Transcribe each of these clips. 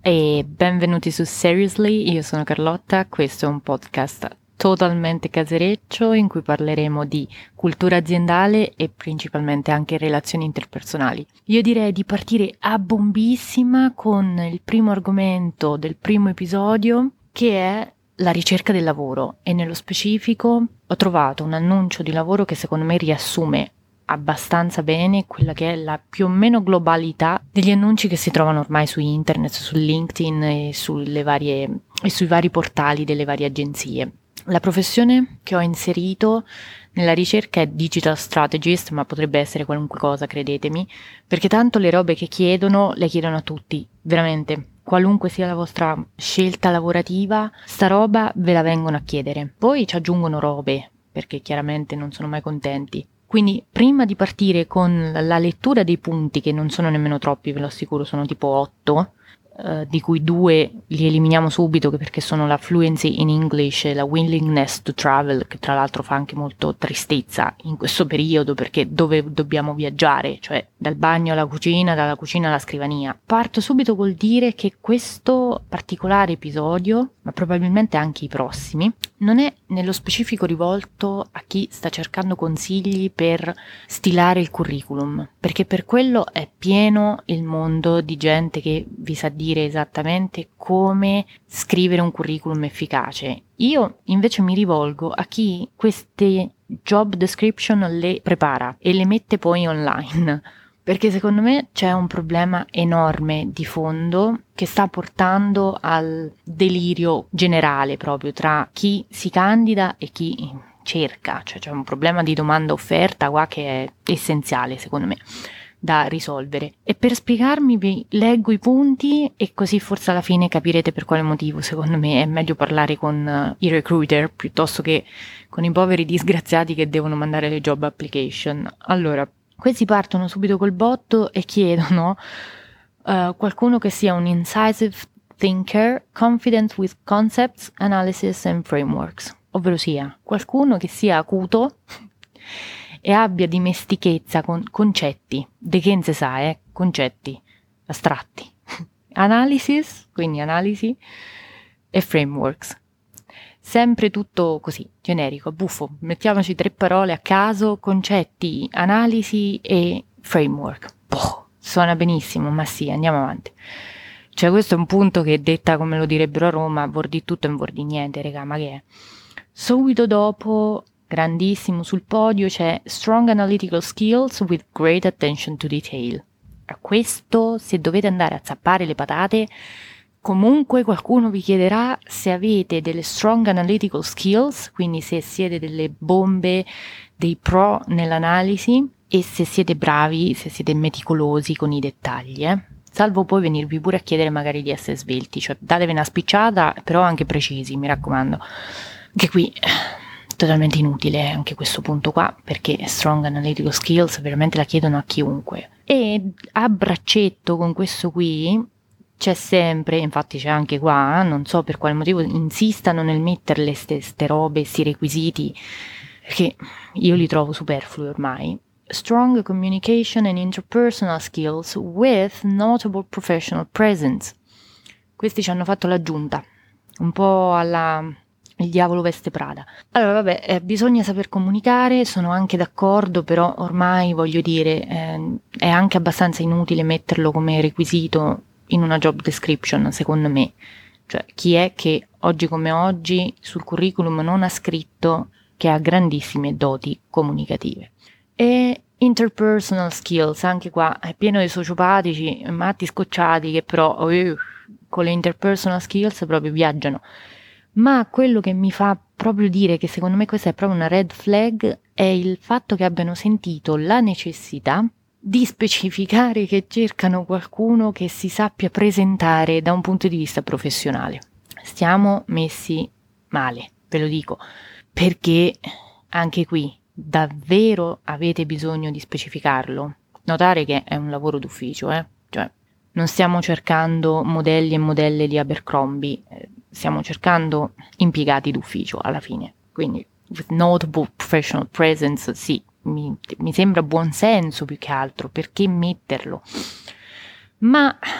E benvenuti su Seriously, io sono Carlotta, questo è un podcast totalmente casereccio in cui parleremo di cultura aziendale e principalmente anche relazioni interpersonali. Io direi di partire a bombissima con il primo argomento del primo episodio, che è la ricerca del lavoro, e nello specifico ho trovato un annuncio di lavoro che secondo me riassume abbastanza bene quella che è la più o meno globalità degli annunci che si trovano ormai su internet, su LinkedIn e sui vari portali delle varie agenzie. La professione che ho inserito nella ricerca è Digital Strategist, ma potrebbe essere qualunque cosa, credetemi, perché tanto le robe che chiedono le chiedono a tutti, veramente. Qualunque sia la vostra scelta lavorativa, sta roba ve la vengono a chiedere. Poi ci aggiungono robe, perché chiaramente non sono mai contenti. Quindi prima di partire con la lettura dei punti, che non sono nemmeno troppi, ve lo assicuro, sono tipo 8, di cui 2 li eliminiamo subito perché sono la fluency in English e la willingness to travel, che tra l'altro fa anche molto tristezza in questo periodo, perché dove dobbiamo viaggiare, cioè dal bagno alla cucina, dalla cucina alla scrivania. Parto subito col dire che questo particolare episodio, ma probabilmente anche i prossimi, non è nello specifico rivolto a chi sta cercando consigli per stilare il curriculum, perché per quello è pieno il mondo di gente che vi sa dire esattamente come scrivere un curriculum efficace. Io invece mi rivolgo a chi queste job description le prepara e le mette poi online, perché secondo me c'è un problema enorme di fondo che sta portando al delirio generale proprio tra chi si candida e chi cerca, cioè c'è un problema di domanda-offerta qua che è essenziale secondo me da risolvere. E per spiegarmi vi leggo i punti e così forse alla fine capirete per quale motivo secondo me è meglio parlare con i recruiter piuttosto che con i poveri disgraziati che devono mandare le job application. Allora, questi partono subito col botto e chiedono qualcuno che sia un incisive thinker, confident with concepts, analysis and frameworks, ovvero sia qualcuno che sia acuto e abbia dimestichezza con concetti, de che non si sa, concetti astratti, analysis, quindi analisi, e frameworks. Sempre tutto così, generico, buffo. Mettiamoci 3 parole a caso: concetti, analisi e framework. Boh, suona benissimo, ma sì, andiamo avanti. Cioè questo è un punto che, detta come lo direbbero a Roma, vuol di tutto e non vuol di niente, raga, ma che è? Subito dopo, grandissimo sul podio, c'è strong analytical skills with great attention to detail. A questo, se dovete andare a zappare le patate, comunque qualcuno vi chiederà se avete delle strong analytical skills, quindi se siete delle bombe, dei pro nell'analisi, e se siete bravi, se siete meticolosi con i dettagli, salvo poi venirvi pure a chiedere magari di essere svelti, cioè datevi una spicciata, però anche precisi, mi raccomando. Anche qui totalmente inutile anche questo punto qua, perché strong analytical skills veramente la chiedono a chiunque. E a braccetto con questo qui c'è sempre, infatti c'è anche qua, non so per quale motivo insistano nel metterle ste robe, sti requisiti, perché io li trovo superflui ormai. Strong communication and interpersonal skills with notable professional presence. Questi ci hanno fatto l'aggiunta, un po' alla il diavolo veste Prada. Allora vabbè, bisogna saper comunicare, sono anche d'accordo, però ormai voglio dire è anche abbastanza inutile metterlo come requisito in una job description, secondo me. Cioè, chi è che oggi come oggi sul curriculum non ha scritto che ha grandissime doti comunicative? E interpersonal skills, anche qua è pieno di sociopatici, matti scocciati che però con le interpersonal skills proprio viaggiano. Ma quello che mi fa proprio dire che secondo me questa è proprio una red flag è il fatto che abbiano sentito la necessità di specificare che cercano qualcuno che si sappia presentare da un punto di vista professionale. Stiamo messi male, ve lo dico, perché anche qui davvero avete bisogno di specificarlo. Notare che è un lavoro d'ufficio, cioè non stiamo cercando modelli e modelle di Abercrombie, stiamo cercando impiegati d'ufficio alla fine. Quindi with notable professional presence, sì, mi sembra buon senso più che altro, perché metterlo? Ma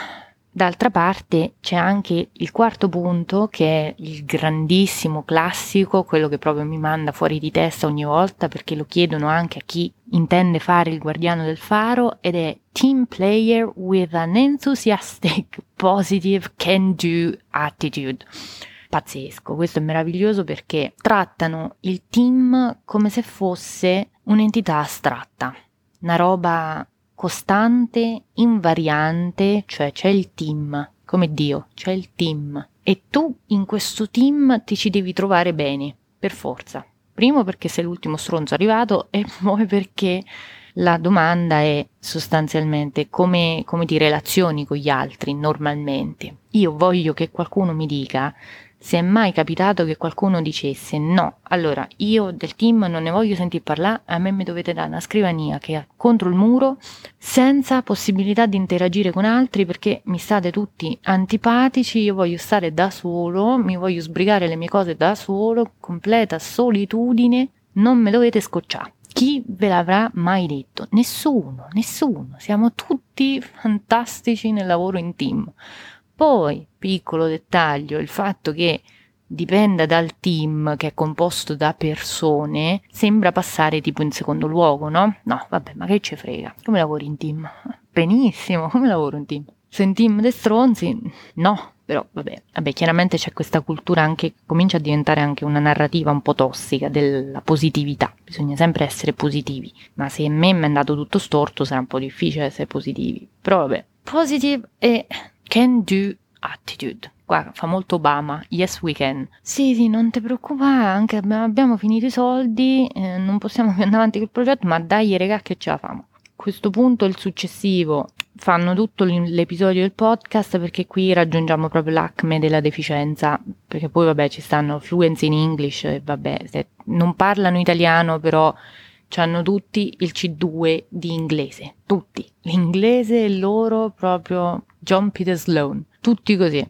D'altra parte c'è anche il quarto punto, che è il grandissimo classico, quello che proprio mi manda fuori di testa ogni volta, perché lo chiedono anche a chi intende fare il guardiano del faro, ed è team player with an enthusiastic, positive, can-do attitude. Pazzesco, questo è meraviglioso perché trattano il team come se fosse un'entità astratta, una roba costante, invariante, cioè c'è il team, come Dio, c'è il team. E tu in questo team ti ci devi trovare bene, per forza. Primo perché sei l'ultimo stronzo arrivato e poi perché la domanda è sostanzialmente come ti relazioni con gli altri normalmente. Io voglio che qualcuno mi dica se è mai capitato che qualcuno dicesse no, allora io del team non ne voglio sentir parlare, a me mi dovete dare una scrivania che è contro il muro, senza possibilità di interagire con altri perché mi state tutti antipatici, io voglio stare da solo, mi voglio sbrigare le mie cose da solo, completa solitudine, non me dovete scocciare. Chi ve l'avrà mai detto? Nessuno, siamo tutti fantastici nel lavoro in team. Poi, piccolo dettaglio, il fatto che dipenda dal team che è composto da persone sembra passare tipo in secondo luogo, no? No, vabbè, ma che ci frega? Come lavori in team? Benissimo, come lavoro in team? Se in team dei stronzi, no. Però vabbè, chiaramente c'è questa cultura anche, comincia a diventare anche una narrativa un po' tossica della positività. Bisogna sempre essere positivi, ma se a me mi è andato tutto storto sarà un po' difficile essere positivi. Però vabbè, positive e can-do attitude. Qua fa molto Obama, yes we can. Sì, non ti preoccupare, anche abbiamo finito i soldi, non possiamo più andare avanti col progetto, ma dai regà che ce la famo. A questo punto il successivo fanno tutto l'episodio del podcast perché qui raggiungiamo proprio l'acme della deficienza, perché poi vabbè ci stanno fluency in English e vabbè non parlano italiano però hanno tutti il C2 di inglese, tutti, l'inglese è loro proprio John Peter Sloan, tutti così.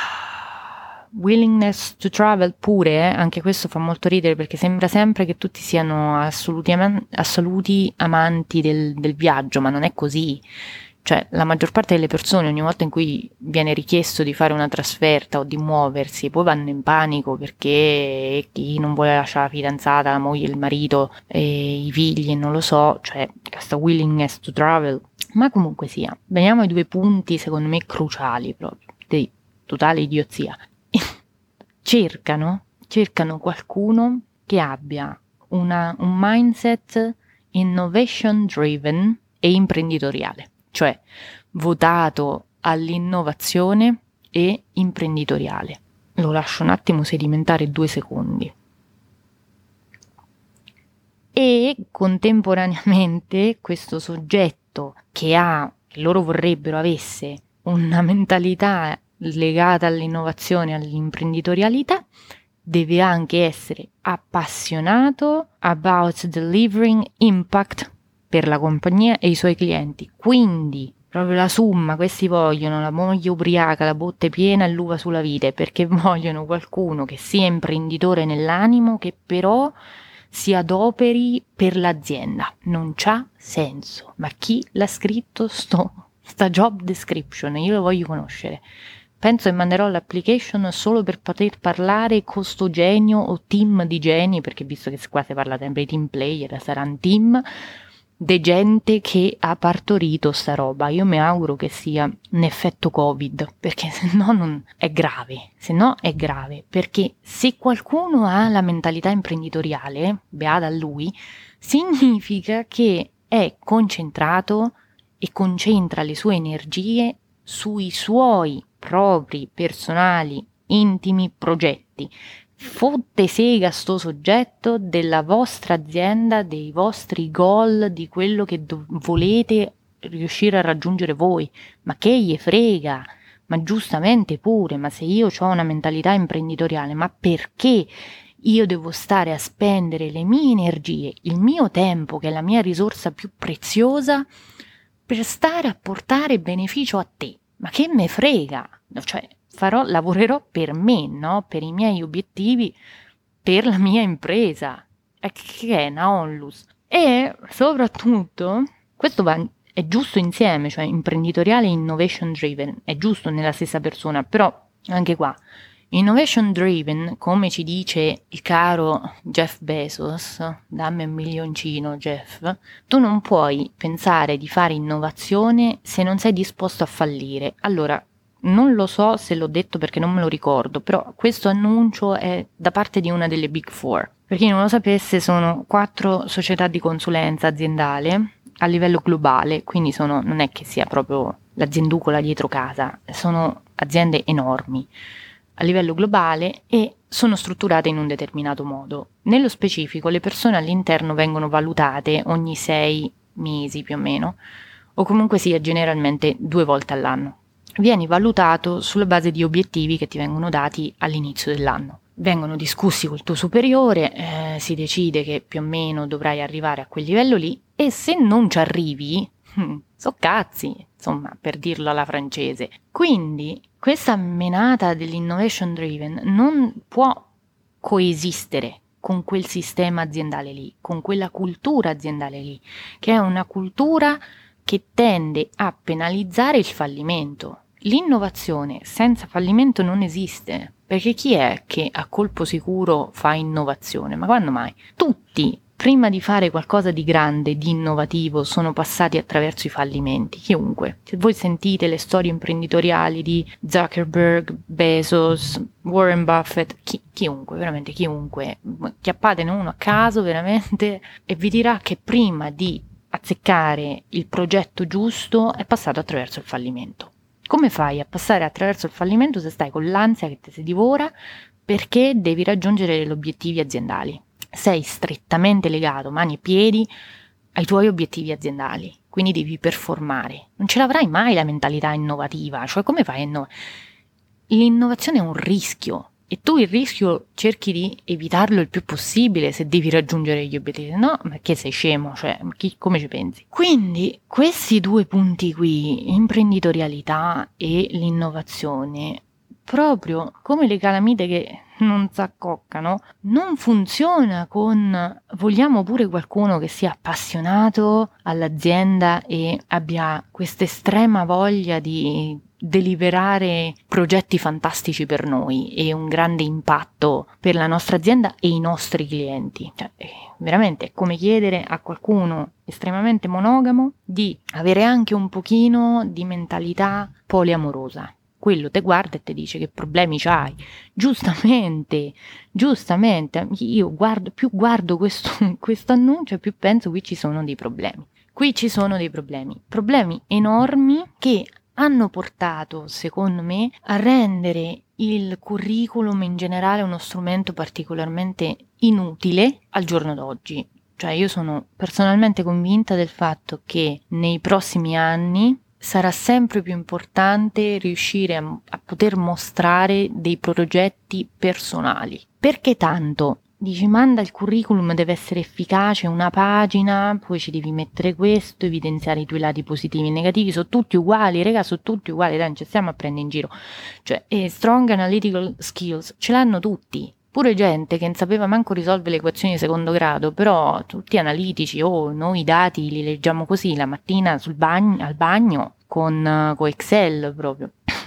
Willingness to travel pure, anche questo fa molto ridere perché sembra sempre che tutti siano assoluti amanti del viaggio, ma non è così. Cioè, la maggior parte delle persone ogni volta in cui viene richiesto di fare una trasferta o di muoversi, poi vanno in panico perché chi non vuole lasciare la fidanzata, la moglie, il marito, i figli, non lo so, cioè questa willingness to travel. Ma comunque sia, veniamo ai due punti secondo me cruciali proprio, di totale idiozia. Cercano qualcuno che abbia un mindset innovation driven e imprenditoriale, cioè votato all'innovazione e imprenditoriale. Lo lascio un attimo sedimentare 2 secondi. E contemporaneamente questo soggetto che loro vorrebbero avesse una mentalità legata all'innovazione, all'imprenditorialità, deve anche essere appassionato about delivering impact per la compagnia e i suoi clienti. Quindi, proprio la summa, questi vogliono la moglie ubriaca, la botte piena e l'uva sulla vite, perché vogliono qualcuno che sia imprenditore nell'animo, che però si adoperi per l'azienda. Non c'ha senso. Ma chi l'ha scritto sta job description? Io lo voglio conoscere. Penso che manderò l'application solo per poter parlare con sto genio o team di geni, perché visto che qua si parla sempre di team player, sarà un team di gente che ha partorito sta roba. Io mi auguro che sia un effetto Covid, perché se no non è grave. Perché se qualcuno ha la mentalità imprenditoriale, beata a lui, significa che è concentrato e concentra le sue energie sui suoi propri, personali, intimi progetti. Fotte sega sto soggetto della vostra azienda, dei vostri goal, di quello che volete riuscire a raggiungere voi. Ma che gli frega? Ma giustamente pure, ma se io ho una mentalità imprenditoriale, ma perché io devo stare a spendere le mie energie, il mio tempo, che è la mia risorsa più preziosa, per stare a portare beneficio a te? Ma che me frega? Cioè, lavorerò per me, no? Per i miei obiettivi, per la mia impresa. Che è una onlus. E soprattutto, questo va è giusto insieme, cioè imprenditoriale e innovation driven, è giusto nella stessa persona, però anche qua, innovation driven, come ci dice il caro Jeff Bezos, dammi un milioncino Jeff, tu non puoi pensare di fare innovazione se non sei disposto a fallire. Allora, non lo so se l'ho detto perché non me lo ricordo, però questo annuncio è da parte di una delle Big Four. Per chi non lo sapesse, sono 4 società di consulenza aziendale a livello globale, quindi non è che sia proprio l'azienducola dietro casa, sono aziende enormi a livello globale e sono strutturate in un determinato modo. Nello specifico, le persone all'interno vengono valutate ogni 6 mesi più o meno, o comunque sia generalmente 2 volte all'anno. Vieni valutato sulla base di obiettivi che ti vengono dati all'inizio dell'anno. Vengono discussi col tuo superiore, si decide che più o meno dovrai arrivare a quel livello lì e se non ci arrivi, so cazzi, insomma, per dirlo alla francese. Quindi questa menata dell'innovation driven non può coesistere con quel sistema aziendale lì, con quella cultura aziendale lì, che è una cultura che tende a penalizzare il fallimento. L'innovazione senza fallimento non esiste, perché chi è che a colpo sicuro fa innovazione? Ma quando mai? Tutti, prima di fare qualcosa di grande, di innovativo, sono passati attraverso i fallimenti, chiunque. Se voi sentite le storie imprenditoriali di Zuckerberg, Bezos, Warren Buffett, chiunque, veramente chiunque, chiappatene uno a caso veramente e vi dirà che prima di azzeccare il progetto giusto è passato attraverso il fallimento. Come fai a passare attraverso il fallimento se stai con l'ansia che ti si divora perché devi raggiungere gli obiettivi aziendali? Sei strettamente legato, mani e piedi, ai tuoi obiettivi aziendali, quindi devi performare. Non ce l'avrai mai la mentalità innovativa, cioè come fai a innovare? L'innovazione è un rischio e tu il rischio cerchi di evitarlo il più possibile se devi raggiungere gli obiettivi. No, perché sei scemo, cioè come ci pensi? Quindi questi 2 punti qui, imprenditorialità e l'innovazione, proprio come le calamite che non s'accoccano, non funziona con vogliamo pure qualcuno che sia appassionato all'azienda e abbia questa estrema voglia di deliberare progetti fantastici per noi e un grande impatto per la nostra azienda e i nostri clienti. Cioè, veramente è come chiedere a qualcuno estremamente monogamo di avere anche un pochino di mentalità poliamorosa. Quello te guarda e ti dice che problemi c'hai. Giustamente, io più guardo questo annuncio, più penso qui ci sono dei problemi. Qui ci sono dei problemi enormi che hanno portato, secondo me, a rendere il curriculum in generale uno strumento particolarmente inutile al giorno d'oggi. Cioè io sono personalmente convinta del fatto che nei prossimi anni sarà sempre più importante riuscire a poter mostrare dei progetti personali. Perché tanto? Dici, manda il curriculum, deve essere efficace, una pagina, poi ci devi mettere questo, evidenziare i tuoi lati positivi e negativi, sono tutti uguali, raga, sono tutti uguali, dai, non ci stiamo a prendere in giro. Cioè, strong analytical skills, ce l'hanno tutti. Pure gente che non sapeva manco risolvere le equazioni di secondo grado, però tutti analitici, noi i dati li leggiamo così la mattina al bagno con Excel proprio.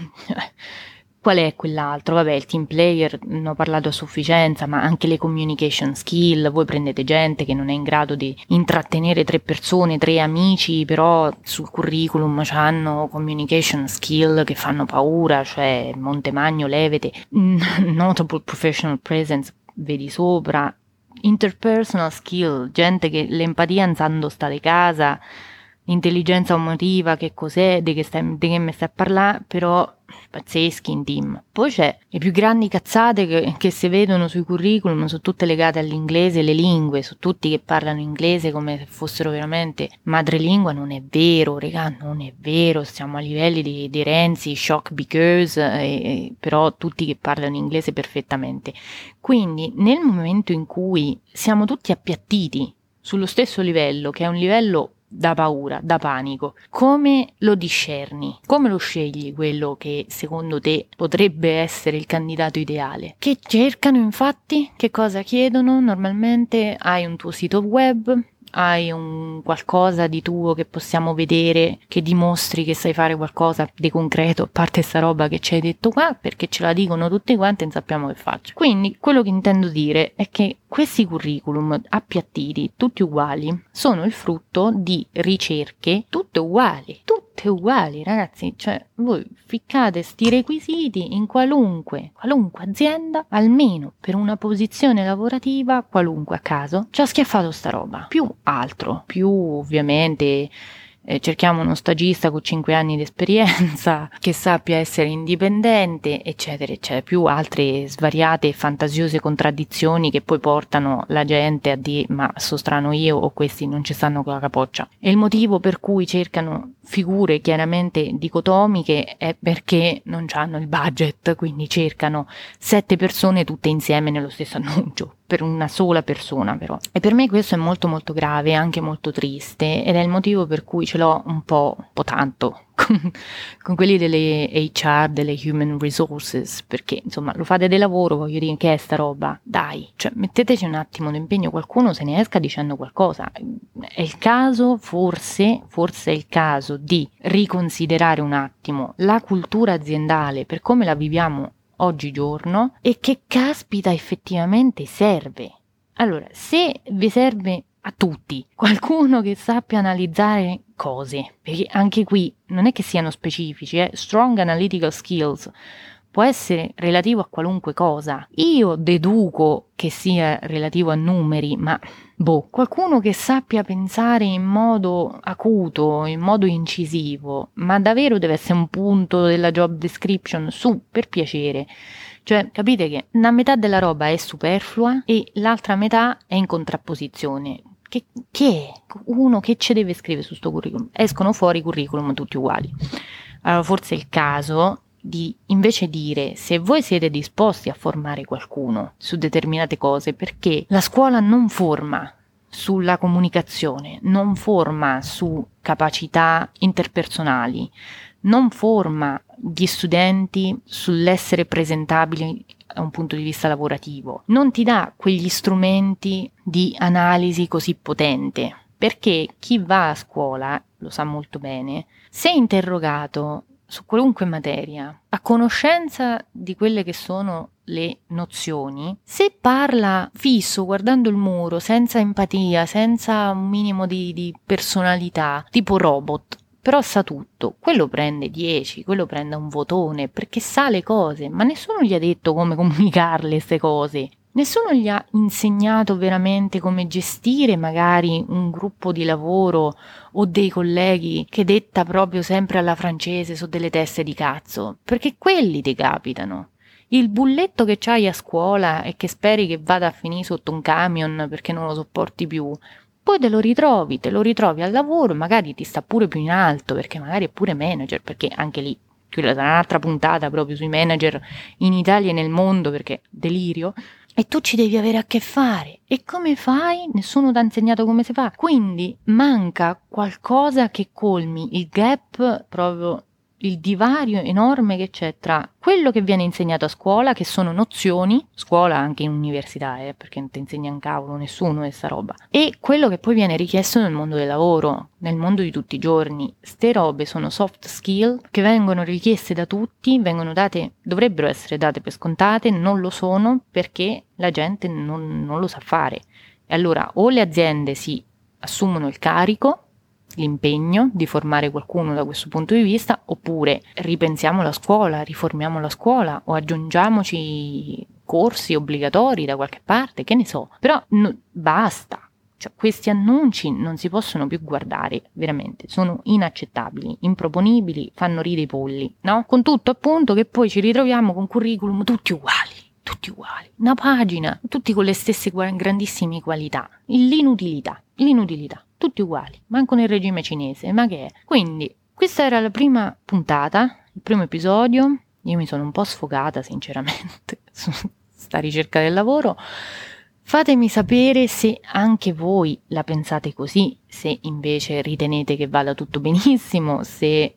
Qual è quell'altro? Vabbè, il team player ne ho parlato a sufficienza, ma anche le communication skill. Voi prendete gente che non è in grado di intrattenere 3 persone, 3 amici, però sul curriculum hanno communication skill che fanno paura, cioè Montemagno, Levete, notable professional presence, vedi sopra, interpersonal skill, gente che l'empatia non sa dove sta di casa, intelligenza emotiva, che cos'è, di che mi stai a parlare, però pazzeschi in team. Poi c'è le più grandi cazzate che si vedono sui curriculum, sono tutte legate all'inglese, le lingue, sono tutti che parlano inglese come se fossero veramente madrelingua. Non è vero, regà, non è vero, siamo a livelli di Renzi, shock because, però tutti che parlano inglese perfettamente. Quindi nel momento in cui siamo tutti appiattiti sullo stesso livello, che è un livello da paura, da panico, come lo discerni? Come lo scegli quello che secondo te potrebbe essere il candidato ideale? Che cercano infatti? Che cosa chiedono? Normalmente hai un tuo sito web, Hai un qualcosa di tuo che possiamo vedere, che dimostri che sai fare qualcosa di concreto, a parte sta roba che ci hai detto qua, perché ce la dicono tutti quanti e non sappiamo che faccio. Quindi quello che intendo dire è che questi curriculum appiattiti, tutti uguali, sono il frutto di ricerche tutte uguali, ragazzi, cioè voi ficcate sti requisiti in qualunque azienda, almeno per una posizione lavorativa, qualunque a caso, ci ha schiaffato sta roba. Più altro, più ovviamente cerchiamo uno stagista con 5 anni di esperienza, che sappia essere indipendente, eccetera, eccetera, più altre svariate e fantasiose contraddizioni che poi portano la gente a dire ma so strano io o questi non ci stanno con la capoccia. E il motivo per cui cercano figure chiaramente dicotomiche è perché non hanno il budget, quindi cercano 7 persone tutte insieme nello stesso annuncio, per una sola persona però. E per me questo è molto molto grave, anche molto triste, ed è il motivo per cui ce l'ho un po' tanto con quelli delle HR, delle Human Resources, perché insomma lo fate del lavoro, voglio dire, che è sta roba? Dai, cioè metteteci un attimo d'impegno, qualcuno se ne esca dicendo qualcosa. È il caso, forse è il caso di riconsiderare un attimo la cultura aziendale per come la viviamo oggigiorno e che caspita effettivamente serve. Allora, se vi serve a tutti qualcuno che sappia analizzare cose, perché anche qui non è che siano specifici, strong analytical skills può essere relativo a qualunque cosa. Io deduco che sia relativo a numeri, ma qualcuno che sappia pensare in modo acuto, in modo incisivo, ma davvero deve essere un punto della job description, su, per piacere. Cioè, capite che una metà della roba è superflua e l'altra metà è in contrapposizione. Che è? Uno che ci deve scrivere su sto curriculum? Escono fuori i curriculum tutti uguali. Allora, forse è il caso di invece dire se voi siete disposti a formare qualcuno su determinate cose, perché la scuola non forma sulla comunicazione, non forma su capacità interpersonali, non forma gli studenti sull'essere presentabili da un punto di vista lavorativo, non ti dà quegli strumenti di analisi così potente, perché chi va a scuola, lo sa molto bene, se interrogato su qualunque materia, a conoscenza di quelle che sono le nozioni, se parla fisso, guardando il muro, senza empatia, senza un minimo di personalità, tipo robot, però sa tutto, quello prende 10, quello prende un votone, perché sa le cose, ma nessuno gli ha detto come comunicarle queste cose. Nessuno gli ha insegnato veramente come gestire magari un gruppo di lavoro o dei colleghi che detta proprio sempre alla francese su delle teste di cazzo, perché quelli ti capitano. Il bulletto che c'hai a scuola e che speri che vada a finire sotto un camion perché non lo sopporti più, poi te lo ritrovi al lavoro, magari ti sta pure più in alto perché magari è pure manager, perché anche lì, quella sarà un'altra puntata proprio sui manager in Italia e nel mondo, perché delirio. E tu ci devi avere a che fare. E come fai? Nessuno ti ha insegnato come si fa. Quindi manca qualcosa che colmi il gap, proprio il divario enorme che c'è tra quello che viene insegnato a scuola, che sono nozioni, scuola anche in università, perché non ti insegna un cavolo nessuno questa roba, e quello che poi viene richiesto nel mondo del lavoro, nel mondo di tutti i giorni. Ste robe sono soft skill che vengono richieste da tutti, vengono date, dovrebbero essere date per scontate, non lo sono perché la gente non lo sa fare. E allora o le aziende si assumono il carico, l'impegno di formare qualcuno da questo punto di vista, oppure ripensiamo la scuola, riformiamo la scuola o aggiungiamoci corsi obbligatori da qualche parte, che ne so, però basta. Cioè, questi annunci non si possono più guardare, veramente, sono inaccettabili, improponibili, fanno ridere i polli, no? Con tutto appunto che poi ci ritroviamo con curriculum tutti uguali, una pagina, tutti con le stesse grandissime qualità, l'inutilità, tutti uguali, manco nel regime cinese, ma che è? Quindi, questa era la prima puntata, il primo episodio, io mi sono un po' sfogata sinceramente su sta ricerca del lavoro. Fatemi sapere se anche voi la pensate così, se invece ritenete che vada tutto benissimo, se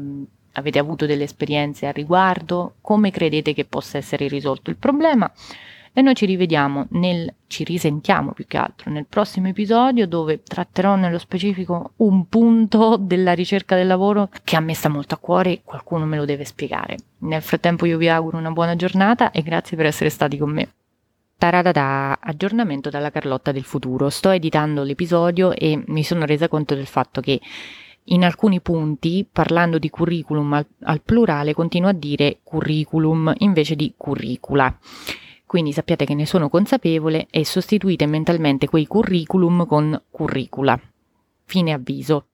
avete avuto delle esperienze al riguardo, come credete che possa essere risolto il problema. e noi ci risentiamo più che altro nel prossimo episodio, dove tratterò nello specifico un punto della ricerca del lavoro che a me sta molto a cuore e qualcuno me lo deve spiegare. Nel frattempo io vi auguro una buona giornata e grazie per essere stati con me. Taradada, aggiornamento dalla Carlotta del futuro. Sto editando l'episodio e mi sono resa conto del fatto che in alcuni punti, parlando di curriculum al plurale, continuo a dire curriculum invece di curricula. Quindi sappiate che ne sono consapevole e sostituite mentalmente quei curriculum con curricula. Fine avviso.